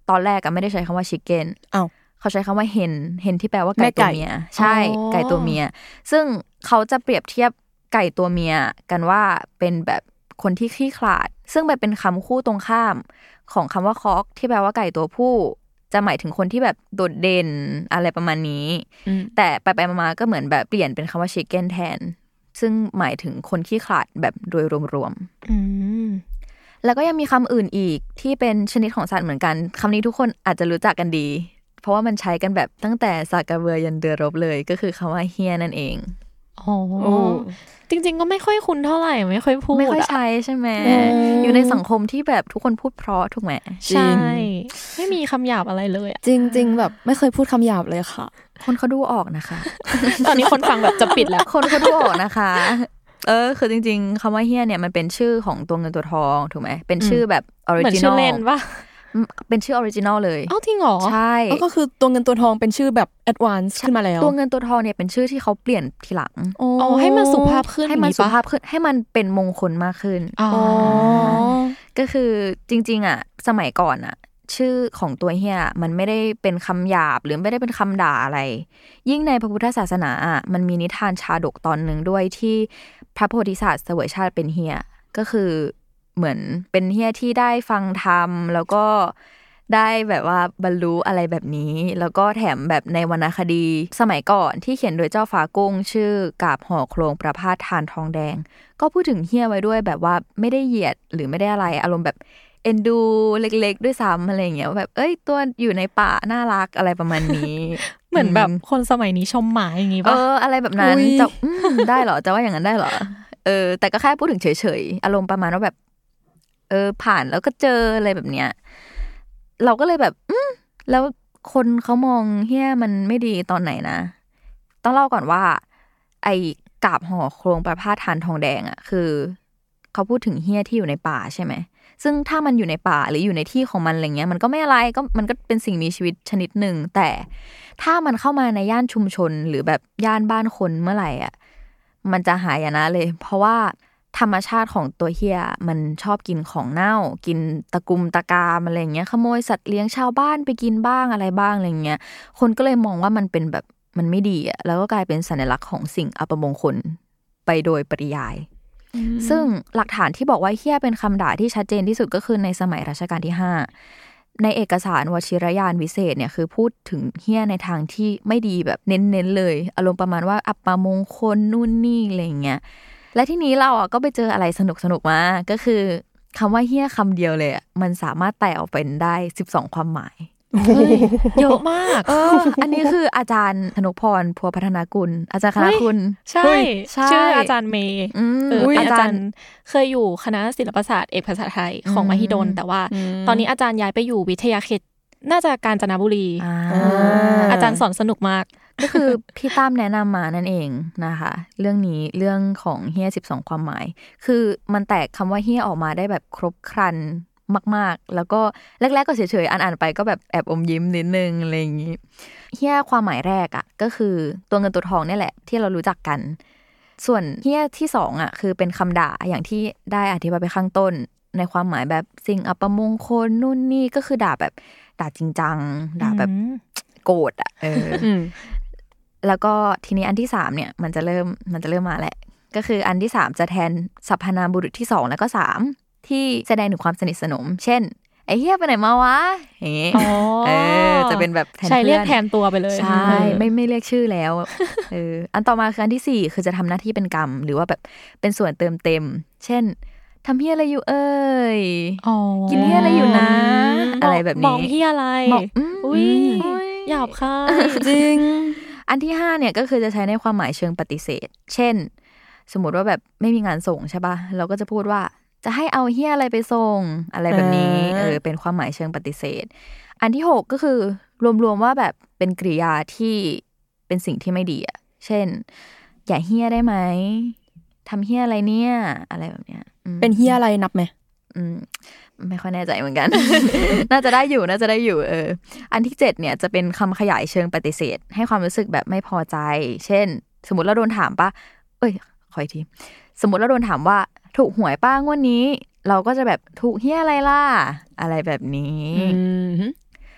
ตอนแรกก็ไม่ได้ใช้คำว่า chicken อ้าวเขาใช้คำว่า hen hen ที่แปลว่าไก่ตัวเมียใช่ไก่ตัวเมียซึ่งเขาจะเปรียบเทียบไก่ตัวเมียกันว่าเป็นแบบคนที่ขี้ขลาดซึ่งแบบเป็นคำคู่ตรงข้ามของคำว่า cock ที่แปลว่าไก่ตัวผู้จะหมายถึงคนที่แบบโดดเด่นอะไรประมาณนี้แต่ไปไปมาๆก็เหมือนแบบเปลี่ยนเป็นคำว่า chicken แทนซึ่งหมายถึงคนขี้ขลาดแบบโดยรวมๆแล้วก็ยังมีคำอื่นอีกที่เป็นชนิดของสัตว์เหมือนกันคำนี้ทุกคนอาจจะรู้จักกันดีเพราะว่ามันใช้กันแบบตั้งแต่สากาเบือยันเรือรบเลยก็คือคำว่าเฮียนั่นเองอ๋อจริงๆก็ไม่ค่อยคุ้นเท่าไหร่ไม่ค่อยพูดไม่ค่อยใช้ใช่ไหมอยู่ในสังคมที่แบบทุกคนพูดเพราะถูกไหมใช่ไม่มีคำหยาบอะไรเลยจริงๆแบบไม่เคยพูดคำหยาบเลยค่ะคนเขาดูออกนะคะตอนนี้คนฟังแบบจะปิดแล้วคนเขาดูออกนะคะเออคือจริงๆคำว่าเฮียเนี่ยมันเป็นชื่อของตัวเงินตัวทองถูกไหมเป็นชื่อแบบออริจินอลเหมือนชื่อเล่นป่ะเป็นชื่อออริจินอลเลยอ้าวจริงเหรอใช่ก็คือตัวเงินตัวทองเป็นชื่อแบบแอดวานซ์ขึ้นมาแล้วตัวเงินตัวทองเนี่ยเป็นชื่อที่เขาเปลี่ยนทีหลังอ๋อให้มันสุภาพขึ้นให้มันสุภาพขึ้นให้มันเป็นมงคลมากขึ้นอ๋อก็คือจริงๆอ่ะสมัยก่อนอ่ะชื่อของตัวเฮียมันไม่ได้เป็นคำหยาบหรือไม่ได้เป็นคำด่าอะไรยิ่งในพระพุทธศาสนาอ่ะมันมีนิทานชาดกตอนนึงด้วยที่พระโพธิสัตว์เสวยชาติเป็นเฮียก็คือเหมือนเป็นเฮียที่ได้ฟังธรรมแล้วก็ได้แบบว่าบรรลุอะไรแบบนี้แล้วก็แถมแบบในวรรณคดีสมัยก่อนที่เขียนโดยเจ้าฟ้ากุ้งชื่อกาบห่อโครงประพาสทานทองแดงก็พูดถึงเฮียไว้ด้วยแบบว่าไม่ได้เหยียดหรือไม่ได้อะไรอารมณ์แบบเอ็นดูเล็กๆด้วยซ้ำอะไรอย่างเงี้ยแบบเอ้ยตัวอยู่ในป่าน่ารักอะไรประมาณนี้เหมือนแบบคนสมัยนี้ชมหมาอย่างงี้ป่ะเอออะไรแบบนั้นจะได้เหรอจะว่าอย่างนั้นได้เหรอเออแต่ก็แค่พูดถึงเฉยๆอารมณ์ประมาณว่าแบบเออผ่านแล้วก็เจออะไรแบบเนี้ยเราก็เลยแบบอืมแล้วคนเขามองเฮียมันไม่ดีตอนไหนนะต้องเล่าก่อนว่าไอ้กาบห่อโครงประพาสทานทองแดงอ่ะคือเขาพูดถึงเฮียที่อยู่ในป่าใช่ไหมซึ่งถ้ามันอยู่ในป่าหรืออยู่ในที่ของมันอะไรเงี้ยมันก็ไม่อะไรก็มันก็เป็นสิ่งมีชีวิตชนิดหนึ่งแต่ถ้ามันเข้ามาในย่านชุมชนหรือแบบย่านบ้านคนเมื่อไหร่อ่ะมันจะหายนะเลยเพราะว่าธรรมชาติของตัวเฮียมันชอบกินของเน่ากินตะกุมตะกามอะไรเงี้ยขโมยสัตว์เลี้ยงชาวบ้านไปกินบ้างอะไรบ้างอะไรเงี้ยคนก็เลยมองว่ามันเป็นแบบมันไม่ดีอ่ะแล้วก็กลายเป็นสัญลักษณ์ของสิ่งอัปมงคลไปโดยปริยายซึ่งหลักฐานที่บอกว่าเฮียเป็นคำด่าที่ชัดเจนที่สุดก็คือในสมัยรัชกาลที่ห้าในเอกสารวชิรยานวิเศษเนี่ยคือพูดถึงเฮียในทางที่ไม่ดีแบบเน้นๆเลยอารมณ์ประมาณว่าอัปมงคลนู่นนี่อะไรเงี้ยและที่นี้เราอ่ะก็ไปเจออะไรสนุกสนุกมาก็คือคำว่าเฮี้ยคำเดียวเลยอ่ะมันสามารถแตกออกเป็นได้สิบสองความหมายเยอะมากเอออันนี้คืออาจารย์ธนพรพัวพัฒนากุลอาจารย์คณะคุณใช่ชื่ออาจารย์เมย์อาจารย์เคยอยู่คณะศิลปศาสตร์เอกภาษาไทยของมหิดลแต่ว่าตอนนี้อาจารย์ย้ายไปอยู่วิทยาเขตน่าจะกาญจนบุรีอาจารย์สอนสนุกมากก็คือพี่ตั้มแนะนำมานั่นเองนะคะเรื่องนี้เรื่องของเฮียสิบสองความหมายคือมันแตกคำว่าเฮียออกมาได้แบบครบครันมากๆแล้วก็แรกๆก็เฉยๆอ่านๆไปก็แบบแอบอมยิ้มนิดนึงอะไรอย่างนี้เฮียความหมายแรกอ่ะก็คือตัวเงินตัวทองนี่แหละที่เรารู้จักกันส่วนเฮียที่สองอ่ะคือเป็นคำด่าอย่างที่ได้อธิบายไปข้างต้นในความหมายแบบสิ่งอัปมงคลนู่นนี่ก็คือด่าแบบด่าจริงจังด่าแบบโกรธอ่ะเออแล้วก็ทีนี้อันที่สามเนี่ยมันจะเริ่มมันจะเริ่มมาแหละก็คืออันที่สามจะแทนสรรพนามบุรุษที่สองแล้วก็สามที่แสดงถึงความสนิทสนมเช่นไอ้เฮียไปไหนมาวะอย่างงี้เออจะเป็นแบบแทนเพื่อนใช่เรียกแทนตัวไปเลยใช่ไม่ไม่เรียกชื่อแล้วเอออันต่อมาคืออันที่สี่คือจะทำหน้าที่เป็นกรรมหรือว่าแบบเป็นส่วนเติมเต็มเช่นทำเฮียอะไรอยู่เอ้ยกินเฮียอะไรอยู่นะอะไรแบบนี้มองเฮียอะไรอุ้ยหยาบคายจริงอันที่ห้าเนี่ยก็คือจะใช้ในความหมายเชิงปฏิเสธเช่นสมมติว่าแบบไม่มีงานส่งใช่ป่ะเราก็จะพูดว่าจะให้เอาเฮียอะไรไปส่งอะไรแบบนี้เออเป็นความหมายเชิงปฏิเสธอันที่หกก็คือรวมๆว่าแบบเป็นกริยาที่เป็นสิ่งที่ไม่ดีอ่ะเช่นอย่าเฮียได้ไหมทำเฮียอะไรเนี่ยอะไรแบบเนี้ยเป็นเฮียอะไรนับไหมอืมไม่ค่อยแน่ใจเหมือนกัน น่าจะได้อยู่น่าจะได้อยู่เอออันที่เจ็ดเนี่ยจะเป็นคำขยายเชิงปฏิเสธให้ความรู้สึกแบบไม่พอใจเช่นสมมติเราโดนถามป่ะเอ้ยขออีกทีสมมติเราโดนถามว่าถูกหวยป้างวดนี้เราก็จะแบบถูกเฮียอะไรล่ะอะไรแบบนี้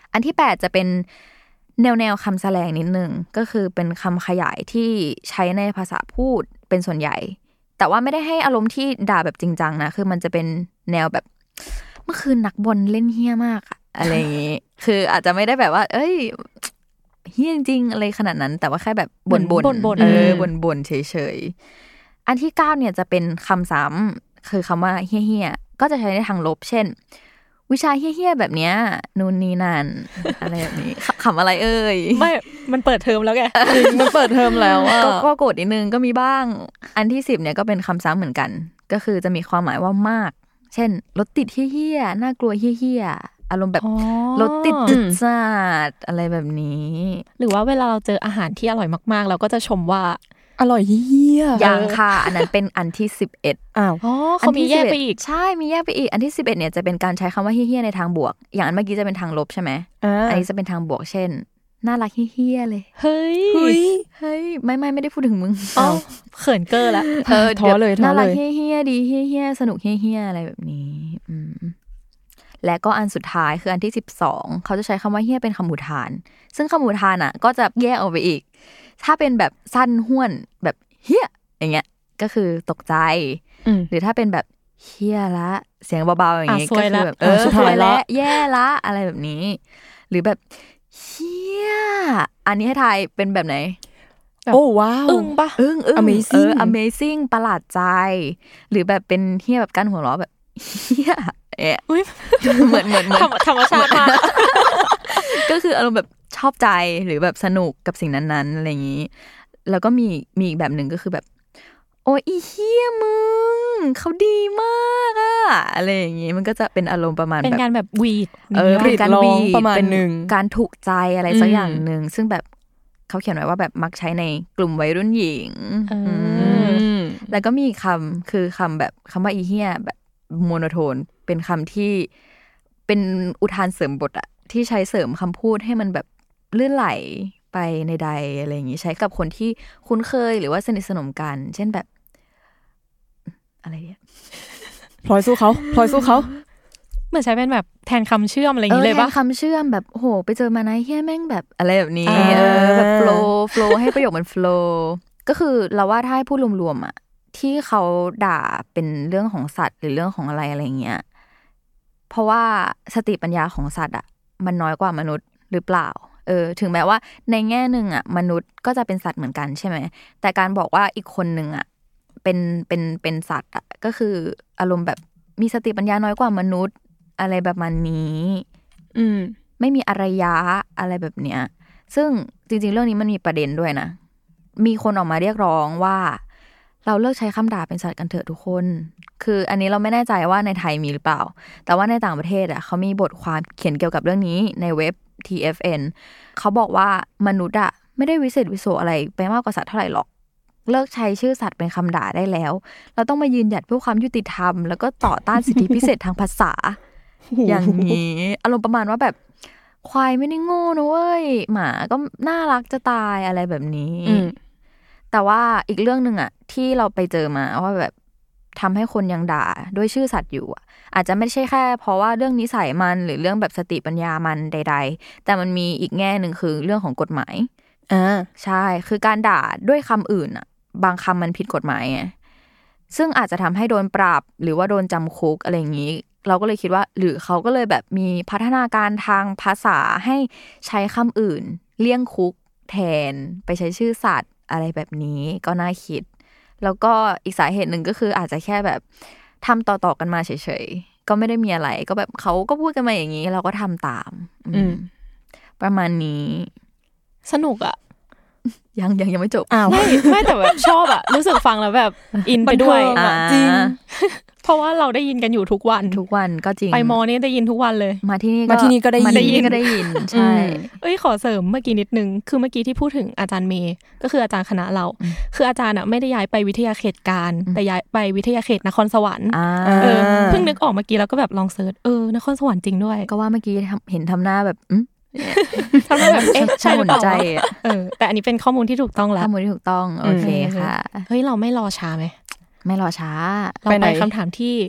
อันที่แปดจะเป็นแนวแนวคำแสลงนิดนึงก็คือเป็นคำขยายที่ใช้ในภาษาพูดเป็นส่วนใหญ่แต่ว่าไม่ได้ให้อารมณ์ที่ด่าแบบจริงจังนะคือมันจะเป็นแนวแบบเมื่อคืนนักบอลเล่นเฮี้ยมากอะอะไรอย่างงี้ คืออาจจะไม่ได้แบบว่าเอ้ยเฮี้ยจริงๆอะไรขนาดนั้นแต่ว่าแค่แบบบ่นๆบ่นๆเออบ่นๆเฉยๆอันที่เก้าเนี่ยจะเป็นคำซ้ำคือคำว่าเฮี้ยๆก็จะใช้ในทางลบเช่นวิชาเฮี้ยๆแบบเนี้ยนู่นนี่นั่น อะไรแบบนี้ขำอะไรเอ่ยไม่มันเปิดเทอมแล้วไงจริงมันเปิดเทอมแล้วอ่ะก็ก็โกรธนิดนึงก็มีบ้างอันที่สิบเนี่ยก็เป็นคำซ้ำเหมือนกันก็คือจะมีความหมายว่ามากเช่นรถติดเฮี้ยๆน่ากลัวเฮี้ยๆอารมณ์แบบรถติดจุดจัดอะไรแบบนี้หรือว่าเวลาเราเจออาหารที่อร่อยมากๆเราก็จะชมว่าอร่อยเหี้ยยังค่ะอันนั้นเป็นอันที่สิบเอ็ดอ้าวอ๋อเขามีแยกไปอีกใช่มีแยกไปอีกอันที่สิบเอ็ดเนี่ยจะเป็นการใช้คำว่าเฮี้ยๆในทางบวกอย่างอันเมื่อกี้จะเป็นทางลบใช่ไหมอันนี้จะเป็นทางบวกเช่นน่ารักเฮี้ยๆเลยเฮ้ยเฮ้ยเฮ้ยไม่ไม่ไม่ได้พูดถึงมึงอ๋อเขินเกอร์ละเออท้อเลยท้อเลยน่ารักเฮี้ยๆดีเฮี้ยๆสนุกเฮี้ยๆอะไรแบบนี้อืมและก็อันสุดท้ายคืออันที่สิบสองเขาจะใช้คำว่าเฮี้ยเป็นคำอุทานซึ่งคำอุทานอ่ะก็จะแยกออกไปอีกถ้าเป็นแบบสั้นห้วนแบบเฮี้ยอย่างเงี้ยก็คือตกใจหรือถ้าเป็นแบบเฮี้ยละเสียงเบาๆอย่างงี้ก็คือแบบเออสวยละแย่ละอะไรแบบนี้หรือแบบเฮี้ยอันนี้ให้ทายเป็นแบบไหนโอ้ว้าวอึ้งปะอึ้งอึ้ง amazing เออ amazing ประหลาดใจหรือแบบเป็นเฮี้ยแบบกั้นหัวเราะแบบเฮี้ยเอ๊ะเหมือนเหมือนธรรมชาติมากก็คืออารมณ์แบบชอบใจหรือแบบสนุกกับสิ่งนั้นๆอะไรอย่างนี้แล้วก็มีมีอีกแบบหนึ่งก็คือแบบโอ้ยอีเฮี้ยมึงเขาดีมากอะอะไรอย่างงี้มันก็จะเป็นอารมณ์ประมาณแบบเป็นการแบบวีดเออเป็นการวีดประมาณนึงการถูกใจอะไรสักอย่างนึงซึ่งแบบเขาเขียนไว้ว่าแบบมักใช้ในกลุ่มวัยรุ่นหญิงแล้วก็มีคำคือคำแบบคำว่าอีเฮี้ยแบบโมโนโทนเป็นคำที่เป็นอุทานเสริมบทอะที่ใช้เสริมคำพูดให้มันแบบลื่นไหลไปในใดอะไรอย่างงี้ใช้กับคนที่คุ้นเคยหรือว่าสนิทสนมกันเช่นแบบอะไรเนี่ยพลอยสู้เขาพลอยสู้เขาเหมือนใช้เป็นแบบแทนคำเชื่อมอะไรอย่างงี้เลยปะแทนคำเชื่อมแบบโหไปเจอมานะเฮียแม่งแบบอะไรแบบนี้เออแบบโฟล์โฟล์ให้ประโยคมันโฟล์ก็คือเราว่าถ้าให้พูดรวมๆอ่ะที่เขาด่าเป็นเรื่องของสัตว์หรือเรื่องของอะไรอะไรเงี้ยเพราะว่าสติปัญญาของสัตว์อ่ะมันน้อยกว่ามนุษย์หรือเปล่าเออถึงแม้ว่าในแง่นึงอ่ะมนุษย์ก็จะเป็นสัตว์เหมือนกันใช่ไหมแต่การบอกว่าอีกคนนึงอ่ะเป็นเป็นเป็นสัตว์อ่ะก็คืออารมณ์แบบมีสติปัญญาน้อยกว่ามนุษย์อะไรแบบนี้อืมไม่มีอารยะอะไรแบบเนี้ยซึ่งจริงๆเรื่องนี้มันมีประเด็นด้วยนะมีคนออกมาเรียกร้องว่าเราเลิกใช้คำด่าเป็นสัตว์กันเถอะทุกคนคืออันนี้เราไม่แน่ใจว่าในไทยมีหรือเปล่าแต่ว่าในต่างประเทศอ่ะเขามีบทความเขียนเกี่ยวกับเรื่องนี้ในเว็บ ที เอฟ เอ็น เขาบอกว่ามนุษย์อ่ะไม่ได้วิเศษวิโสอะไรไปมากกว่าสัตว์เท่าไหร่หรอกเลิกใช้ชื่อสัตว์เป็นคำด่าได้แล้วเราต้องมายืนหยัดเพื่อความยุติธรรมแล้วก็ต่อต้านสิทธิพิเศษทางภาษาอย่างนี้อารมณ์ประมาณว่าแบบควายไม่ได้โง่นะเว้ยหมาก็น่ารักจะตายอะไรแบบนี้แต่ว่าอีกเรื่องนึงอ่ะที่เราไปเจอมาว่าแบบทำให้คนยังด่าด้วยชื่อสัตว์อยู่อ่ะอาจจะไม่ใช่แค่เพราะว่าเรื่องนิสัยมันหรือเรื่องแบบสติปัญญามันใดๆแต่มันมีอีกแง่นึงคือเรื่องของกฎหมายอ่าใช่คือการด่าด้วยคำอื่นอ่ะบางคำมันผิดกฎหมายไงซึ่งอาจจะทำให้โดนปรับหรือว่าโดนจำคุกอะไรอย่างนี้เราก็เลยคิดว่าหรือเขาก็เลยแบบมีพัฒนาการทางภาษาให้ใช้คำอื่นเลี่ยงคุกแทนไปใช้ชื่อสัตว์อะไรแบบนี้ก็น่าคิดแล้วก็อีกสาเหตุหนึ่งก็คืออาจจะแค่แบบทำต่อๆกันมาเฉยๆก็ไม่ได้มีอะไรก็แบบเขาก็พูดกันมาอย่างนี้เราก็ทำตามอืมประมาณนี้สนุกอะยังยังยังไม่จบไม่ไม่แต่แบบชอบอะรู้สึกฟังแล้วแบบอินไปด้วยจริงเพราะว่าเราได้ยินกันอยู่ทุกวันทุกวันก็จริงไปมอนี่ได้ยินทุกวันเลยมาที่นี่มาที่นี่ก็ได้ยินมาที่นี่ก็ได้ยินใช่เอ้ยขอเสริมเมื่อกี้นิดนึงคือเมื่อกี้ที่พูดถึงอาจารย์เมย์ก็คืออาจารย์คณะเราคืออาจารย์อะไม่ได้ย้ายไปวิทยาเขตการแต่ย้ายไปวิทยาเขตนครสวรรค์เออเพิ่งนึกออกเมื่อกี้แล้วก็แบบลองเสิร์ชเออนครสวรรค์จริงด้วยก็ว่าเมื่อกี้เห็นทำหน้าแบบทำแบบเอ๊ะใช่หรือเปล่าเออแต่อันนี้เป็นข้อมูลที่ถูกต้องแล้วข้อมูลที่ถูกต้องโอเคค่ะเฮ้ยเราไม่รอช้าไหมไม่รอช้าเราไปคำถามที่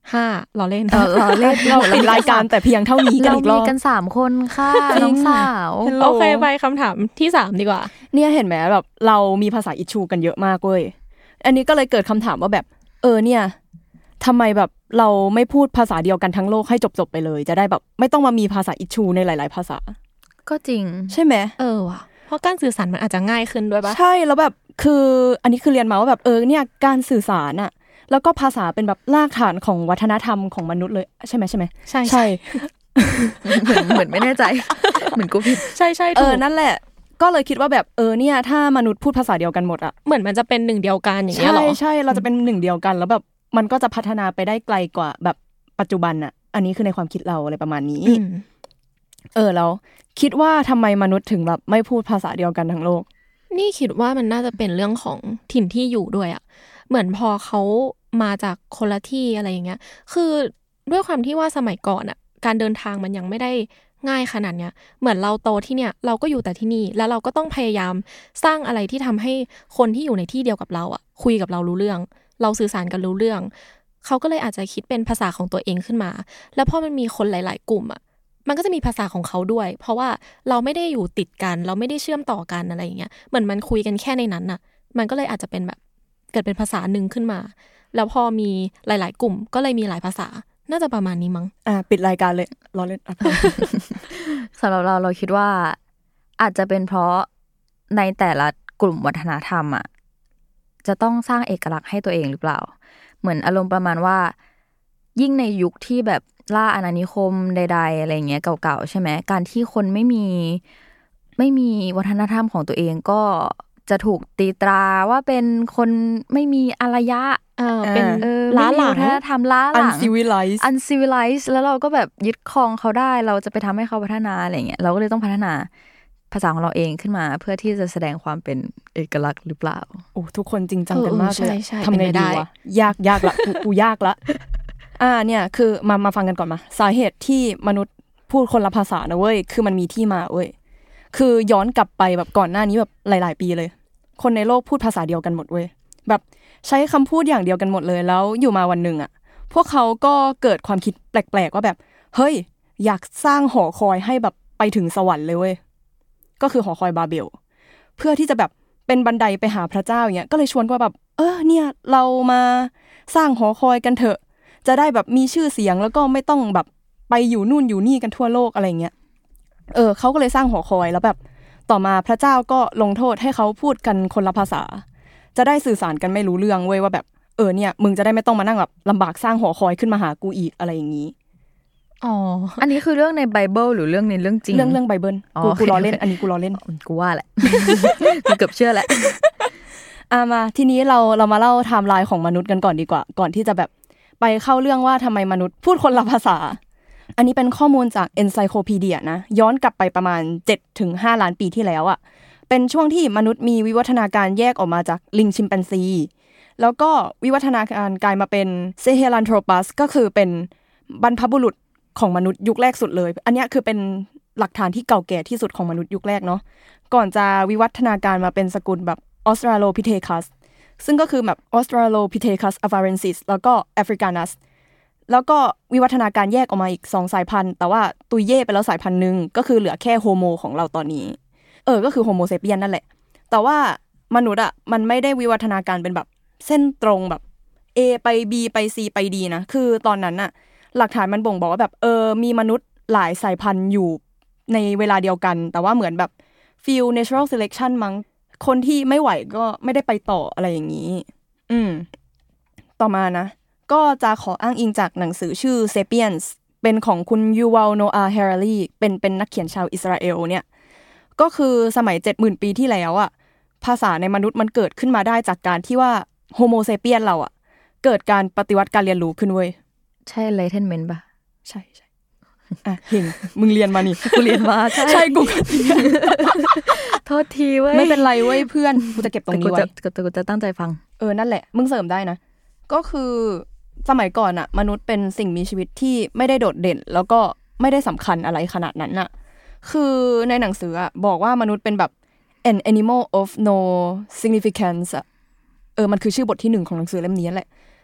ห้าเราเล่นเออเราเล่นเราปิดรายการแต่เพียงเท่านี้กันเราอีกรมีอบกันสามคนค่ะน้องสาวโอเคไปคำถามที่สามดีกว่าเนี่ยเห็นไหมแบบเรามีภาษาอิชชูกันเยอะมากเว้ยอันนี้ก็เลยเกิดคำถามว่าแบบเออเนี่ยทำไมแบบเราไม่พูดภาษาเดียวกันทั้งโลกให้จบๆไปเลยจะได้แบบไม่ต้องมามีภาษาอิชชูในหลายๆภาษาก็จริงใช่ไหมเออว่ะเพราะการสื่อสารมันอาจจะง่ายขึ้นด้วยปะใช่แล้วแบบคืออันนี้คือเรียนมาว่าแบบเออเนี่ยการสื่อสารอะแล้วก็ภาษาเป็นแบบรากฐานของวัฒนธรรมของมนุษย์เลยใช่ไหมใช่ไหมใช่ใช่เหมือนเหมือนไม่แน่ใจเหมือนกูผิดใช่ใช่เออนั่นแหละก็เลยคิดว่าแบบเออเนี่ยถ้ามนุษย์พูดภาษาเดียวกันหมดอะเหมือนมันจะเป็นหนึ่งเดียวกันอย่างเงี้ยหรอใช่ใช่เราจะเป็นหนึ่งเดียวกันแล้วแบบมันก็จะพัฒนาไปได้ไกลกว่าแบบปัจจุบันอะอันนี้คือในความคิดเราอะไรประมาณนี้เออแล้วคิดว่าทำไมมนุษย์ถึงแบบไม่พูดภาษาเดียวกันทั้งโลกนี่คิดว่ามันน่าจะเป็นเรื่องของถิ่นที่อยู่ด้วยอะเหมือนพอเขามาจากคนละที่อะไรอย่างเงี้ยคือด้วยความที่ว่าสมัยก่อนอะการเดินทางมันยังไม่ได้ง่ายขนาดเนี้ยเหมือนเราโตที่เนี่ยเราก็อยู่แต่ที่นี่แล้วเราก็ต้องพยายามสร้างอะไรที่ทำให้คนที่อยู่ในที่เดียวกับเราอะคุยกับเรารู้เรื่องเราสื่อสารกันรู้เรื่องเขาก็เลยอาจจะคิดเป็นภาษาของตัวเองขึ้นมาแล้วพอมันมีคนหลายๆกลุ่มอะมันก็จะมีภาษาของเขาด้วยเพราะว่าเราไม่ได้อยู่ติดกันเราไม่ได้เชื่อมต่อกันอะไรอย่างเงี้ยเหมือนมันคุยกันแค่ในนั้นน่ะมันก็เลยอาจจะเป็นแบบเกิดเป็นภาษาหนึ่งขึ้นมาแล้วพอมีหลายๆกลุ่มก็เลยมีหลายภาษาน่าจะประมาณนี้มั้งอ่าปิดรายการเลยรอเล่นสำหรับเราเราคิดว่าอาจจะเป็นเพราะในแต่ละกลุ่มวัฒนธรรมอ่ะจะต้องสร้างเอกลักษณ์ให้ตัวเองหรือเปล่าเหมือนอารมณ์ประมาณว่ายิ่งในยุคที่แบบล่าอาณานิคมใดๆอะไรเงี้ยเก่าๆใช่ไหมการที่คนไม่มีไม่มีวัฒนธรรมของตัวเองก็จะถูกตีตราว่าเป็นคนไม่มีอารยะเออเป็นล้าหลังวัฒนธรรมล้าหลัง uncivilized uncivilized แล้วเราก็แบบยึดครองเขาได้เราจะไปทำให้เขาพัฒนาอะไรเงี้ยเราก็เลยต้องพัฒนาภาษาของเราเองขึ้นมาเพื่อที่จะแสดงความเป็นเอกลักษณ์หรือเปล่าโอ้ทุกคนจริงจังกันมากเลยทำไงดีวะยากยากละกูกูยากละอ่าเนี่ยคือมามาฟังกันก่อนมาสาเหตุที่มนุษย์พูดคนละภาษานะเว้ยคือมันมีที่มาเว้ยคือย้อนกลับไปแบบก่อนหน้านี้แบบหลายๆปีเลยคนในโลกพูดภาษาเดียวกันหมดเว้ยแบบใช้คำพูดอย่างเดียวกันหมดเลยแล้วอยู่มาวันหนึ่งอ่ะพวกเขาก็เกิดความคิดแปลกๆว่าแบบเฮ้ยอยากสร้างหอคอยให้แบบไปถึงสวรรค์เลยเว้ยก็คือหอคอยบาเบลเพื่อที่จะแบบเป็นบันไดไปหาพระเจ้าอย่างเงี้ยก็เลยชวนว่าแบบเออเนี่ยเรามาสร้างหอคอยกันเถอะจะได้แบบมีชื่อเสียงแล้วก็ไม่ต้องแบบไปอยู่นู่นอยู่นี่กันทั่วโลกอะไรเงี้ยเออเขาก็เลยสร้างหอคอยแล้วแบบต่อมาพระเจ้าก็ลงโทษให้เขาพูดกันคนละภาษาจะได้สื่อสารกันไม่รู้เรื่องเว้ยว่าแบบเออเนี่ยมึงจะได้ไม่ต้องมานั่งแบบลำบากสร้างหอคอยขึ้นมาหากูอีกอะไรอย่างนี้อ๋ออันนี้คือเรื่องในไบเบิลหรือเรื่องในเรื่องจริงเรื่องเรื่องไบเบิลกูกูล้อเล่นอันนี้กูล้อเล่นกูว่าแหละกูเกือบเชื่อแหละอ่ะมาทีนี้เราเรามาเล่าไทม์ไลน์ของมนุษย์กันก่อนดีกว่าก่อนที่จะแบบไปเข้าเรื่องว่าทำไมมนุษย์พูดคนละภาษาอันนี้เป็นข้อมูลจาก Encyclopedia นะย้อนกลับไปประมาณ เจ็ดถึงห้า ล้านปีที่แล้วอ่ะเป็นช่วงที่มนุษย์มีวิวัฒนาการแยกออกมาจากลิงชิมแปนซีแล้วก็วิวัฒนาการกลายมาเป็นเซเฮลันโทรปัสก็คือเป็นบรรพบุรุษของมนุษย์ยุคแรกสุดเลยอันนี้คือเป็นหลักฐานที่เก่าแก่ที่สุดของมนุษย์ยุคแรกเนาะก่อนจะวิวัฒนาการมาเป็นสกุลแบบ Australopithecus ซึ่งก็คือแบบ Australopithecus afarensis แล้วก็ Africanus แล้วก็วิวัฒนาการแยกออกมาอีกสองสายพันธุ์แต่ว่าตุยเย่ไปแล้วสายพันธุ์นึงก็คือเหลือแค่โฮโมของเราตอนนี้เออก็คือโฮโมเซเปียนนั่นแหละแต่ว่ามนุษย์อ่ะมันไม่ได้วิวัฒนาการเป็นแบบเส้นตรงแบบ A ไป B ไป C ไป D นะคือตอนนั้นน่ะหลักฐานมันบ่งบอกว่าแบบเออมีมนุษย์หลายสายพันธุ์อยู่ในเวลาเดียวกันแต่ว่าเหมือนแบบ field natural selection มั้งคนที่ไม่ไหวก็ไม่ได้ไปต่ออะไรอย่างนี้อืมต่อมานะก็จะขออ้างอิงจากหนังสือชื่อ Sapiens เป็นของคุณยูวัลโนอาห์แฮราลีเป็นเป็นนักเขียนชาวอิสราเอลเนี่ยก็คือสมัย เจ็ดหมื่น ปีที่แล้วอ่ะภาษาในมนุษย์มันเกิดขึ้นมาได้จากการที่ว่าโฮโมเซเปียนเราอ่ะเกิดการปฏิวัติการเรียนรู้ขึ้นเว้ยใช่ Enlightenment ป่ะใช่ใช่อ่ะเห็นมึงเรียนมานี่กูเรียนมาใช่ใช่กูโทษทีเว้ยไม่เป็นไรเว้ยเพื่อนกูจะเก็บตรงนี้ไว้แต่กูจะตั้งใจฟังเออนั่นแหละมึงเสริมได้นะก็คือสมัยก่อนอ่ะมนุษย์เป็นสิ่งมีชีวิตที่ไม่ได้โดดเด่นแล้วก็ไม่ได้สำคัญอะไรขนาดนั้นน่ะคือในหนังสืออ่ะบอกว่ามนุษย์เป็นแบบ an animal of no significance อ่ะเออมันคือชื่อบทที่หนึ่งของหนังสือเล่มนี้แหละ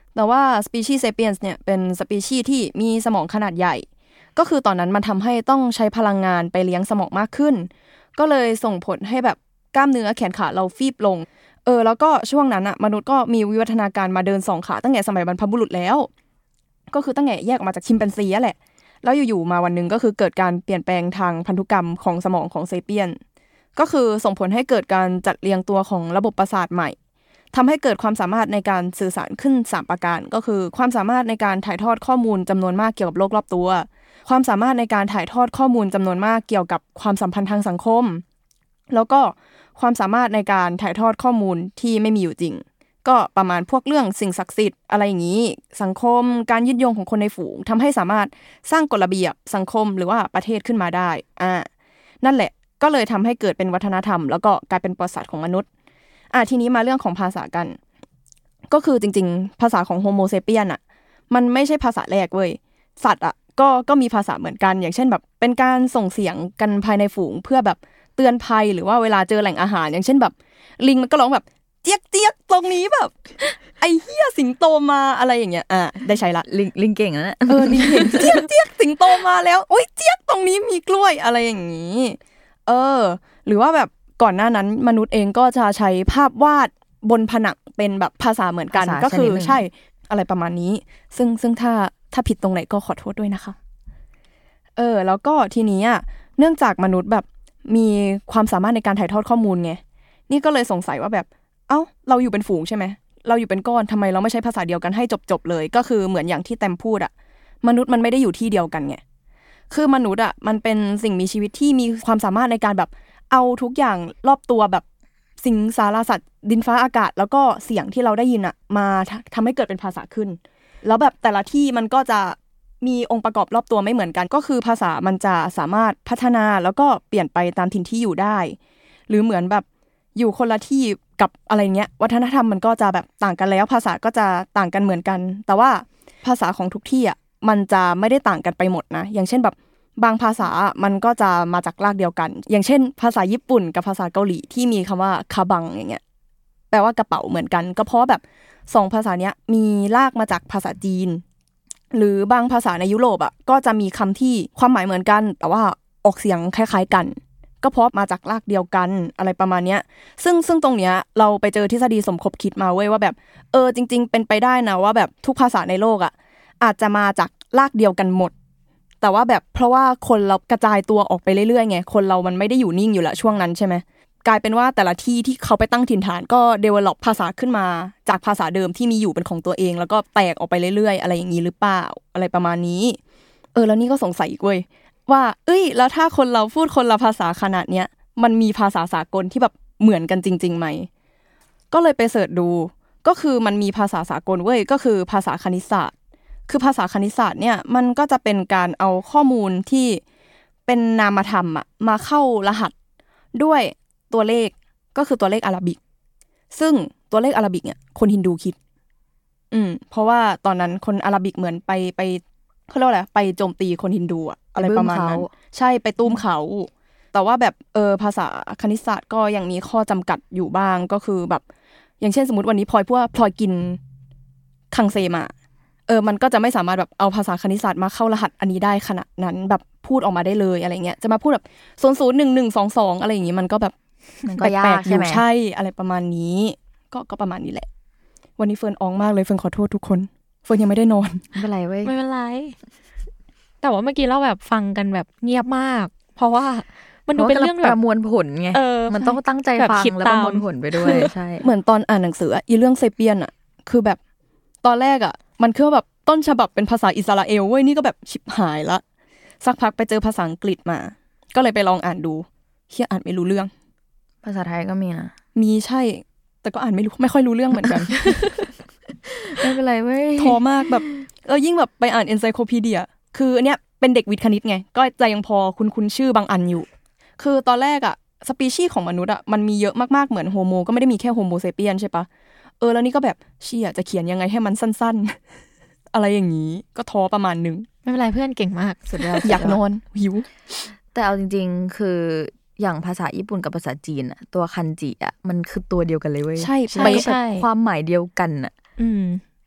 แต่ว่า species sapiens เนี่ยเป็นสปีชีส์ที่มีสมองขนาดใหญ่ก็คือตอนนั้นมันทำให้ต้องใช้พลังงานไปเลี้ยงสมองมากขึ้นก็เลยส่งผลให้แบบกล้ามเนื้อแขนขาเราฟีบลงเออแล้วก็ช่วงนั้นอะมนุษย์ก็มีวิวัฒนาการมาเดินสองขาตั้งแต่สมัยบรรพบุรุษแล้วก็คือตั้งแต่แยกออกมาจากชิมแปนซีแหละแล้วอยู่ๆมาวันนึงก็คือเกิดการเปลี่ยนแปลงทางพันธุกรรมของสมองของเซเปียนก็คือส่งผลให้เกิดการจัดเรียงตัวของระบบประสาทใหม่ทำให้เกิดความสามารถในการสื่อสารขึ้นสามประการก็คือความสามารถในการถ่ายทอดข้อมูลจำนวนมากเกี่ยวกับโลกรอบตัวความสามารถในการถ่ายทอดข้อมูลจำนวนมากเกี่ยวกับความสัมพันธ์ทางสังคมแล้วก็ความสามารถในการถ่ายทอดข้อมูลที่ไม่มีอยู่จริงก็ประมาณพวกเรื่องสิ่งศักดิ์สิทธิ์อะไรอย่างนี้สังคมการยึดโยงของคนในฝูงทำให้สามารถสร้างกฎระเบียบสังคมหรือว่าประเทศขึ้นมาได้อ่านั่นแหละก็เลยทำให้เกิดเป็นวัฒนธรรมแล้วก็กลายเป็นประวัติศาสตร์ของมนุษย์อ่ะทีนี้มาเรื่องของภาษากันก็คือจริงๆภาษาของโฮโมเซเปียนอ่ะมันไม่ใช่ภาษาแรกเว้ยสัตว์อ่ะก็ก็มีภาษาเหมือนกันอย่างเช่นแบบเป็นการส่งเสียงกันภายในฝูงเพื่อแบบเตือนภัยหรือว่าเวลาเจอแหล่งอาหารอย่างเช่นแบบลิงมันก็ร้องแบบเจี๊ยกเจี๊ยกตรงนี้แบบไอ้เหี้ยสิงโตมาอะไรอย่างเงี้ยอ่ะได้ใช้ละลิงลิงเก่งนะเออลิงเก่งเจี๊ยกเจี๊ยกสิงโตมาแล้วโอ๊ยเจี๊ยกตรงนี้มีกล้วยอะไรอย่างงี้เออหรือว่าแบบก่อนหน้านั้นมนุษย์เองก็จะใช้ภาพวาดบนผนังเป็นแบบภาษาเหมือนกันก็คือใช่อะไรประมาณนี้ซึ่งซึ่งถ้าถ้าผิดตรงไหนก็ขอโทษด้วยนะคะเออแล้วก็ทีนี้อ่ะเนื่องจากมนุษย์แบบมีความสามารถในการถ่ายทอดข้อมูลไงนี่ก็เลยสงสัยว่าแบบเอ้าเราอยู่เป็นฝูงใช่ไหมเราอยู่เป็นก้อนทำไมเราไม่ใช้ภาษาเดียวกันให้จบๆเลยก็คือเหมือนอย่างที่แตมพูดอ่ะมนุษย์มันไม่ได้อยู่ที่เดียวกันไงคือมนุษย์อ่ะมันเป็นสิ่งมีชีวิตที่มีความสามารถในการแบบเอาทุกอย่างรอบตัวแบบสิ่งสารสัตว์ดินฟ้าอากาศแล้วก็เสียงที่เราได้ยินอ่ะมาทำให้เกิดเป็นภาษาขึ้นแล้วแบบแต่ละที่มันก็จะมีองค์ประกอบรอบตัวไม่เหมือนกันก็คือภาษามันจะสามารถพัฒนาแล้วก็เปลี่ยนไปตามถิ่นที่อยู่ได้หรือเหมือนแบบอยู่คนละที่กับอะไรเงี้ยวัฒนธรรมมันก็จะแบบต่างกันแล้วภาษาก็จะต่างกันเหมือนกันแต่ว่าภาษาของทุกที่อ่ะมันจะไม่ได้ต่างกันไปหมดนะอย่างเช่นแบบบางภาษามันก็จะมาจากรากเดียวกันอย่างเช่นภาษาญี่ปุ่นกับภาษาเกาหลีที่มีคำว่าคาบังอย่างเงี้ยแปลว่ากระเป๋าเหมือนกันก็เพราะแบบสองภาษาเนี้ยมีรากมาจากภาษาจีนหรือบางภาษาในยุโรปอ่ะก็จะมีคำที่ความหมายเหมือนกันแต่ว่าออกเสียงคล้ายๆกันก็เพราะมาจากรากเดียวกันอะไรประมาณเนี้ยซึ่งซึ่งตรงเนี้ยเราไปเจอทฤษฎีสมคบคิดมาเว้ยว่าแบบเออจริงๆเป็นไปได้นะว่าแบบทุกภาษาในโลกอ่ะอาจจะมาจากรากเดียวกันหมดแต่ว่าแบบเพราะว่าคนเรากระจายตัวออกไปเรื่อยๆไงคนเรามันไม่ได้อยู่นิ่งอยู่ละช่วงนั้นใช่ไหมกลายเป็นว่าแต่ละที่ที่เขาไปตั้งถิ่นฐานก็ develop ภาษาขึ้นมาจากภาษาเดิมที่มีอยู่เป็นของตัวเองแล้วก็แตกออกไปเรื่อยๆอะไรอย่างนี้หรือเปล่าอะไรประมาณนี้เออแล้วนี่ก็สงสัยอีกเว้ยว่าเอ้ยแล้วถ้าคนเราพูดคนละภาษาขนาดเนี้ยมันมีภาษาสากลที่แบบเหมือนกันจริงๆไหมก็เลยไปเสิร์ชดูก็คือมันมีภาษาสากลเว้ยก็คือภาษาคณิตศาสตร์คือภาษาคณิตศาสตร์เนี่ยมันก็จะเป็นการเอาข้อมูลที่เป็นนามธรรมอะมาเข้ารหัสด้วยตัวเลขก็คือตัวเลขอาราบิกซึ่งตัวเลขอาราบิกเนี่ยคนฮินดูคิดอืมเพราะว่าตอนนั้นคนอาราบิกเหมือนไปไปเขาเรียกว่าอะไรไปโจมตีคนฮินดูอะอะไรประมาณนั้นใช่ไปตุ้มเขาแต่ว่าแบบเออภาษาคณิตศาสตร์ก็ยังมีข้อจำกัดอยู่บ้างก็คือแบบอย่างเช่นสมมติวันนี้พลอยพูดว่าพลอยกินคังเซมาเออมันก็จะไม่สามารถแบบเอาภาษาคณิตศาสตร์มาเข้ารหัสอันนี้ได้ขนาดนั้นแบบพูดออกมาได้เลยอะไรเงี้ยจะมาพูดแบบศูนย์ศูนย์หนึ่งหนึ่งสองสองอะไรอย่างงี้มันก็แบบมันก็ยากใช่ไหมใช่อะไรประมาณนี้ก็ก็ประมาณนี้แหละวันนี้เฟิร์นอองมากเลยเฟิร์นขอโทษทุกคนเฟิร์นยังไม่ได้นอนไม่เป็นไรเว้ยไม่เป็นไรแต่ว่าเมื่อกี้เราแบบฟังกันแบบเงียบมากเพราะว่ามันดูเป็นเรื่องแบบประมวลผลไงมันต้องตั้งใจฟังแล้วประมวลผลไปด้วยใช่เหมือนตอนอ่านหนังสืออีเรื่องเซเปียนอ่ะคือแบบตอนแรกอ่ะมันคือแบบต้นฉบับเป็นภาษาอิสราเอลเว้ยนี่ก็แบบชิบหายละสักพักไปเจอภาษาอังกฤษมาก็เลยไปลองอ่านดูเหี้ยอ่านไม่รู้เรื่องภาษาไทยก็มีนะมีใช่แต่ก็อ่านไม่รู้ไม่ค่อยรู้เรื่องเหมือนกันไม่เป็นไรเว้ยท้อมากแบบเออยิ่งแบบไปอ่าน encyclopedia คืออันเนี้ยเป็นเด็กวิทย์คณิตไงก็จะยังพอคุ้นๆชื่อบางอันอยู่คือตอนแรกอ่ะสปีชีส์ของมนุษย์อ่ะมันมีเยอะมากๆเหมือนโฮโมก็ไม่ได้มีแค่โฮโมเซเปียนใช่ปะเออแล้วนี่ก็แบบเชี่ยจะเขียนยังไงให้มันสั้นๆ อะไรอย่างนี้ก็ท้อประมาณนึงไม่เป็นไรเพื่อนเก่งมากสุดยอดอยากนอนหิวแต่เอาจริงๆคืออย่างภาษาญี่ปุ่นกับภาษาจีนอ่ะตัวคันจิอ่ะมันคือตัวเดียวกันเลยเว้ยใช่ใช่ความหมายเดียวกันอ่ะอืม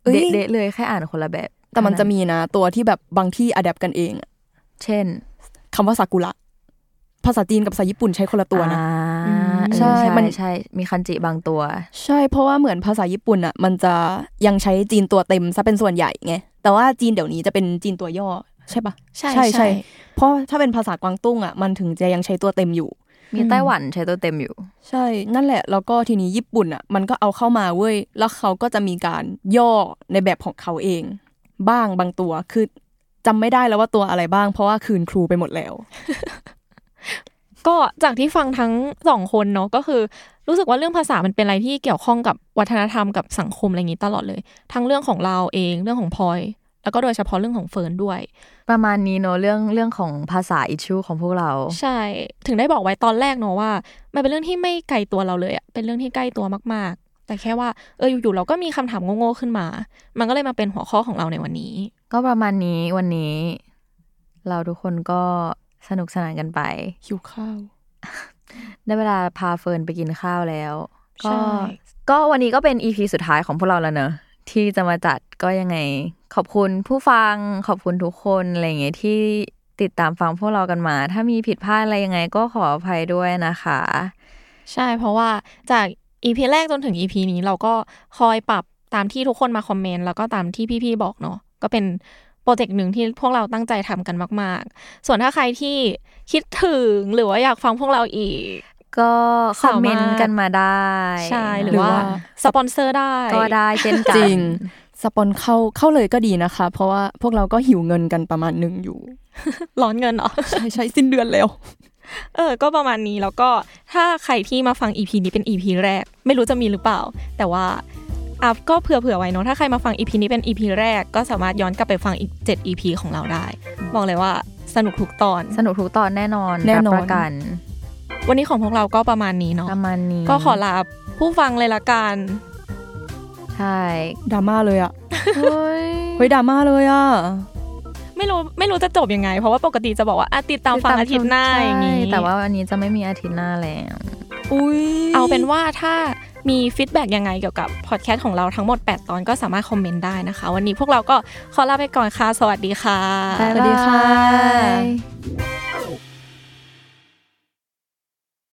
เอ้ยเดะๆเลยแค่อ่านคนละแบบแต่มันจะมีนะตัวที่แบบบางที่อะแดปกันเองอะเช่นคำว่าซากุระภาษาจีนกับภาษาญี่ปุ่นใช้คนละตัวนะอ่าใช่ใช่มันใช่มีคันจิบางตัวใช่เพราะว่าเหมือนภาษาญี่ปุ่นอ่ะมันจะยังใช้จีนตัวเต็มซะเป็นส่วนใหญ่ไงแต่ว่าจีนเดี๋ยวนี้จะเป็นจีนตัวย่อใช่ปะใช่ใช่ใช่เพราะถ้าเป็นภาษากวางตุ้งอ่ะมันถึงจะยังใช้ตัวเต็มอยู่มีไต้หวันใช้ตัวเต็มอยู่ใช่นั่นแหละแล้วก็ทีนี้ญี่ปุ่นอ่ะมันก็เอาเข้ามาเว้ยแล้วเขาก็จะมีการย่อในแบบของเขาเองบ้างบางตัวคือจำไม่ได้แล้วว่าตัวอะไรบ้างเพราะว่าคืนครูไปหมดแล้วก็จากที่ฟังทั้งสองคนเนาะก็คือรู้สึกว่าเรื่องภาษามันเป็นอะไรที่เกี่ยวข้องกับวัฒนธรรมกับสังคมอะไรอย่างนี้ตลอดเลยทั้งเรื่องของเราเองเรื่องของพลอยแล้วก็โดยเฉพาะเรื่องของเฟิร์นด้วยประมาณนี้เนอะเรื่องเรื่องของภาษาอิชชูของพวกเราใช่ถึงได้บอกไว้ตอนแรกเนอะว่ามันเป็นเรื่องที่ไม่ไกลตัวเราเลยอะเป็นเรื่องที่ใกล้ตัวมากๆแต่แค่ว่าเอออยู่ๆเราก็มีคำถามโง่ๆขึ้นมามันก็เลยมาเป็นหัวข้อของเราในวันนี้ก็ประมาณนี้วันนี้เราทุกคนก็สนุกสนานกันไปหิวข้าวได้เวลาพาเฟิร์นไปกินข้าวแล้วก็ก็วันนี้ก็เป็น อี พี สุดท้ายของพวกเราแล้วเนอะที่จะมาจัดก็ยังไงขอบคุณผู้ฟังขอบคุณทุกคนอะไรอย่างเงี้ยที่ติดตามฟังพวกเรากันมาถ้ามีผิดพลาดอะไรยังไงก็ขออภัยด้วยนะคะใช่เพราะว่าจาก อี พี แรกจนถึง อี พี นี้เราก็คอยปรับตามที่ทุกคนมาคอมเมนต์แล้วก็ตามที่พี่ๆบอกเนาะก็เป็นโปรเจกต์หนึ่งที่พวกเราตั้งใจทำกันมากๆส่วนถ้าใครที่คิดถึงหรือว่าอยากฟังพวกเราอีกก็คอมเมนต์กันมาได้ใช่หรือว่าสปอนเซอร์ได้ก็ได้เช่นกันจริงสปอนเข้าเข้าเลยก็ดีนะคะเพราะว่าพวกเราก็หิวเงินกันประมาณนึงอยู่ร้อนเงินเหรอใช่ใช่สิ้นเดือนแล้วเออก็ประมาณนี้แล้วก็ถ้าใครที่มาฟัง อี พี นี้เป็น อี พี แรกไม่รู้จะมีหรือเปล่าแต่ว่าอ่ะก็เผื่อๆไว้เนาะถ้าใครมาฟัง อี พี นี้เป็น อี พี แรกก็สามารถย้อนกลับไปฟังอีกเจ็ด อี พี ของเราได้บอกเลยว่าสนุกทุกตอนสนุกทุกตอนแน่นอนแน่นอนประกันวันนี้ของพวกเราก็ประมาณนี้เนาะประมาณนี้ก็ขอลาผู้ฟังเลยละกันใช่ดราม่าเลยอ่ะเฮ้ยเฮ้ยดราม่าเลยอ่ะไม่รู้ไม่รู้จะจบยังไงเพราะว่าปกติจะบอกว่าติดตามฟังอาทิตย์หน้าอย่างนี้แต่ว่าวันนี้จะไม่มีอาทิตย์หน้าแล้วอุ้ยเอาเป็นว่าถ้ามีฟีดแบ็กยังไงเกี่ยวกับพอดแคสต์ของเราทั้งหมดแปดตอนก็สามารถคอมเมนต์ได้นะคะวันนี้พวกเราก็ขอลาไปก่อนค่ะสวัสดีค่ะสวัสดีค่ะ